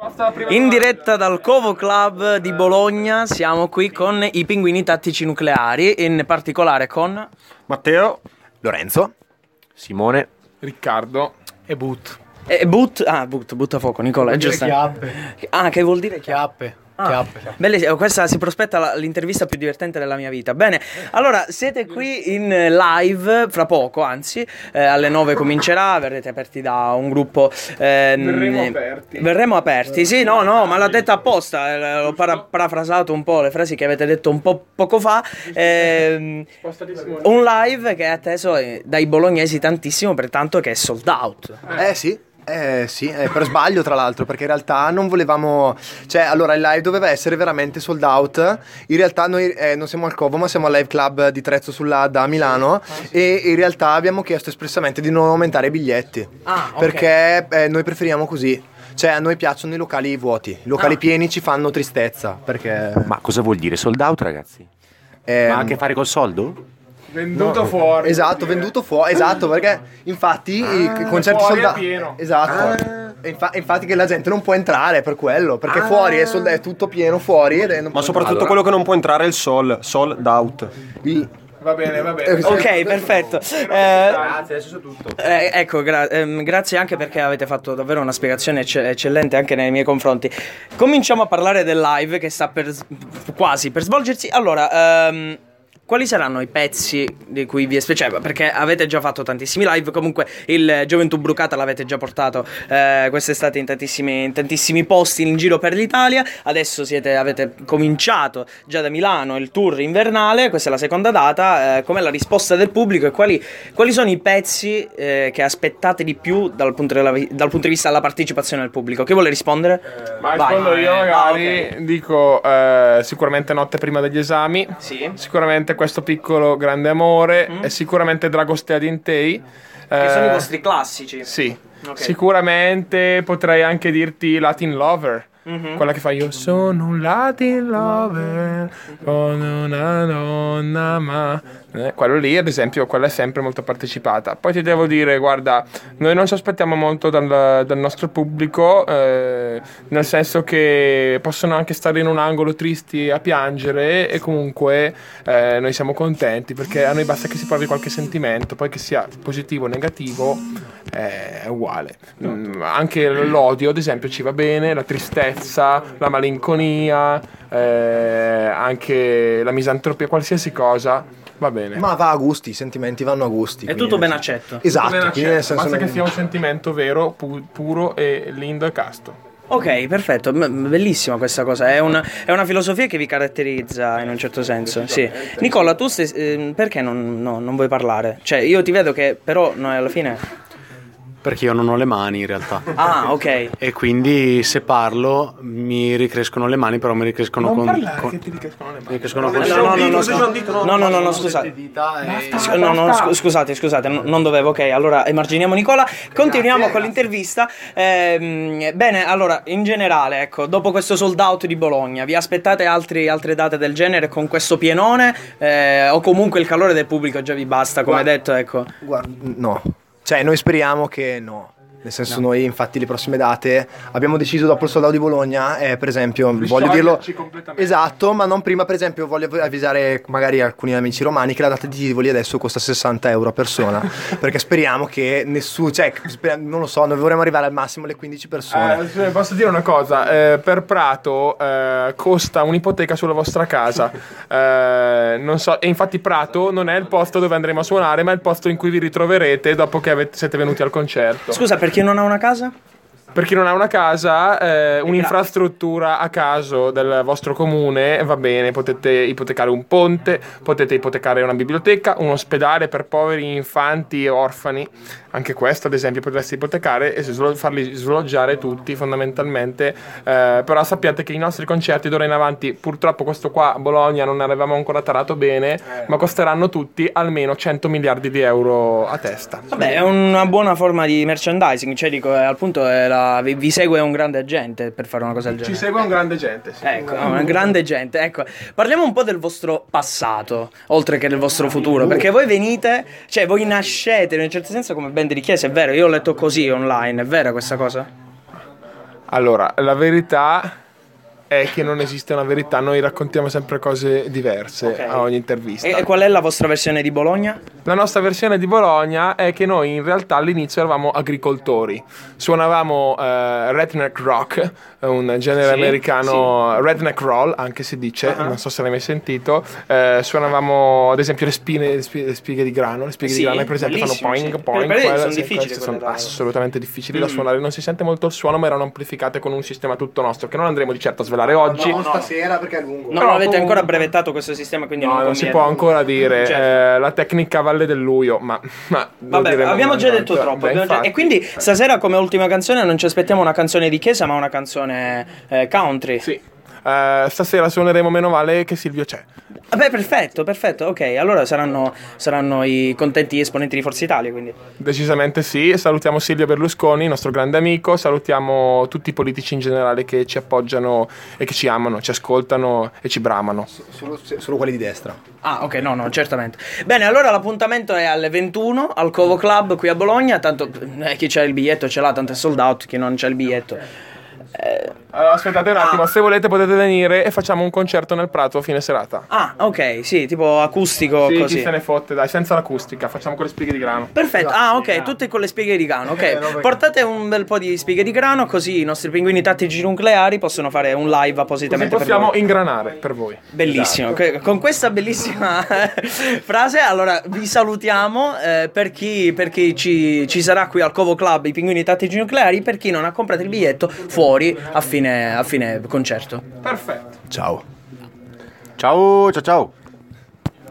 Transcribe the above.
In diretta dal Covo Club di Bologna siamo qui con i Pinguini Tattici Nucleari, in particolare con Matteo, Lorenzo, Simone, Riccardo e Boot. Buttafuoco, Nicola, è giusto. Chiappe. Ah, che vuol dire Chiappe. Bellissimo, questa si prospetta l'intervista più divertente della mia vita. Bene, allora siete qui in live fra poco, anzi alle 9 comincerà, verrete aperti da un gruppo. Verremo aperti, sì, no, ma l'ha detta apposta, ho parafrasato un po' le frasi che avete detto un po' poco fa. Un live che è atteso dai bolognesi tantissimo, pertanto che è sold out. Sì, per sbaglio tra l'altro, perché in realtà non volevamo, cioè allora il live doveva essere veramente sold out. In realtà noi non siamo al Covo, ma siamo al Live Club di Trezzo sull'Adda a Milano, e in realtà abbiamo chiesto espressamente di non aumentare i biglietti, perché noi preferiamo così. Cioè a noi piacciono i locali vuoti, i locali pieni ci fanno tristezza, perché... Ma cosa vuol dire sold out, ragazzi? Ma ha a che fare col soldo? Venduto fuori. Esatto, venduto fuori, esatto, perché infatti i concerti fuori sold out. è pieno. Esatto. E infatti che la gente non può entrare per quello, perché fuori è tutto pieno fuori Ma soprattutto quello che non può entrare è il sold out. Va bene. Ok, perfetto. Grazie, adesso so tutto. Ecco, grazie anche perché avete fatto davvero una spiegazione eccellente anche nei miei confronti. Cominciamo a parlare del live che sta quasi per svolgersi. Allora, quali saranno i pezzi di cui vi cioè, perché avete già fatto tantissimi live, comunque il Gioventù Brucata l'avete già portato quest'estate in tantissimi posti in giro per l'Italia. Adesso avete cominciato già da Milano il tour invernale, questa è la seconda data. Com'è la risposta del pubblico e quali sono i pezzi che aspettate di più dal punto di vista della partecipazione del pubblico? Chi vuole rispondere? Ma rispondo io magari. Okay. Dico sicuramente Notte prima degli esami. Sì. Sicuramente Questo piccolo grande amore. E sicuramente Dragostea Dintei. Che sono i vostri classici. Sì. Okay. Sicuramente potrei anche dirti Latin Lover. Quella che fa io sono un Latin lover con una donna ma quello lì ad esempio, quella è sempre molto partecipata. Poi ti devo dire, guarda, noi non ci aspettiamo molto dal nostro pubblico, nel senso che possono anche stare in un angolo tristi a piangere e comunque noi siamo contenti, perché a noi basta che si provi qualche sentimento, poi che sia positivo o negativo è uguale. Anche l'odio ad esempio ci va bene, la tristezza, la malinconia, anche la misantropia, qualsiasi cosa va bene. Ma va a gusti, i sentimenti vanno a gusti. È tutto ben accetto. Esatto, Ben quindi nel senso basta che sia un sentimento vero, puro e lindo e casto. Ok, perfetto, bellissima questa cosa, è una filosofia che vi caratterizza in un certo senso, sì. Nicola, tu perché non vuoi parlare? Cioè, io ti vedo che però noi alla fine... Perché io non ho le mani in realtà. Ah, ok. E quindi se parlo mi ricrescono le mani, però mi ricrescono Che ti ricrescono le mani. mi ricrescono con No, scusate. Scusate, non dovevo, ok, allora emarginiamo Nicola, continuiamo con l'intervista. Bene, allora, in generale, ecco, dopo questo sold out di Bologna, vi aspettate altre date del genere con questo pienone? O comunque il calore del pubblico già vi basta, come detto, ecco? Guarda, no. Cioè noi speriamo che no. Nel senso noi infatti le prossime date abbiamo deciso dopo il sold out di Bologna, per esempio voglio dirlo esatto, ma non prima. Per esempio voglio avvisare magari alcuni amici romani che la data di Tivoli adesso costa 60 euro a persona, perché speriamo che nessuno, cioè non lo so, noi vorremmo arrivare al massimo alle 15 persone. Posso dire una cosa, per Prato costa un'ipoteca sulla vostra casa, non so, e infatti Prato non è il posto dove andremo a suonare, ma è il posto in cui vi ritroverete dopo che siete venuti al concerto. Scusa, per chi non ha una casa? Per chi non ha una casa, un'infrastruttura a caso del vostro comune va bene, potete ipotecare un ponte, potete ipotecare una biblioteca, un ospedale per poveri, infanti e orfani, anche questo ad esempio potreste ipotecare e farli sloggiare tutti fondamentalmente, però sappiate che i nostri concerti d'ora in avanti, purtroppo questo qua a Bologna non ne avevamo ancora tarato bene, ma costeranno tutti almeno 100 miliardi di euro a testa. Vabbè, è una buona forma di merchandising, cioè dico, al punto vi segue un grande agente per fare una cosa del genere. Ci segue un grande gente, sì. Ecco, una grande gente, ecco. Parliamo un po' del vostro passato, oltre che del vostro futuro, perché voi venite, cioè voi nascete in un certo senso come band di chiesa, è vero? Io ho letto così online, è vera questa cosa? Allora, la verità è che non esiste una verità, noi raccontiamo sempre cose diverse a ogni intervista. E qual è la vostra versione di Bologna? La nostra versione di Bologna è che noi in realtà all'inizio eravamo agricoltori, suonavamo redneck rock, un genere americano, redneck roll anche si dice, non so se l'hai mai sentito, suonavamo ad esempio le spighe di grano, di grano per esempio fanno poing poing, sono difficili, sono assolutamente difficili da suonare, non si sente molto il suono ma erano amplificate con un sistema tutto nostro che non andremo di certo a svelare oggi. No, stasera perché è lungo. Non avete ancora brevettato questo sistema, quindi non si può ancora dire. Certo. La tecnica Valle del Luio, ma vabbè, abbiamo già detto troppo. E quindi stasera come ultima canzone non ci aspettiamo una canzone di chiesa, ma una canzone country. Sì. Stasera suoneremo Meno male che Silvio c'è. Vabbè, perfetto, ok. Allora saranno i contenti esponenti di Forza Italia, quindi. Decisamente sì. Salutiamo Silvio Berlusconi, nostro grande amico. Salutiamo tutti i politici in generale che ci appoggiano e che ci amano, ci ascoltano e ci bramano. Solo quelli di destra. Ah, ok, no, certamente. Bene, allora l'appuntamento è alle 21 al Covo Club qui a Bologna. Tanto chi c'ha il biglietto ce l'ha, tanto è sold out. Chi non c'ha il biglietto. Allora, aspettate un attimo, se volete potete venire e facciamo un concerto nel Prato a fine serata. Ah, ok, sì, tipo acustico, sì, così. Chi se ne fotte, dai, senza l'acustica, facciamo con le spighe di grano. Perfetto, ok, tutte con le spighe di grano, ok. Portate un bel po' di spighe di grano, così i nostri pinguini tattici nucleari possono fare un live appositamente così possiamo per voi. ingranare per voi. Bellissimo, con questa bellissima frase, allora vi salutiamo. Per chi ci sarà qui al Covo Club, i pinguini tattici nucleari, per chi non ha comprato il biglietto, fuori a fine concerto. Perfetto. Ciao. Ciao.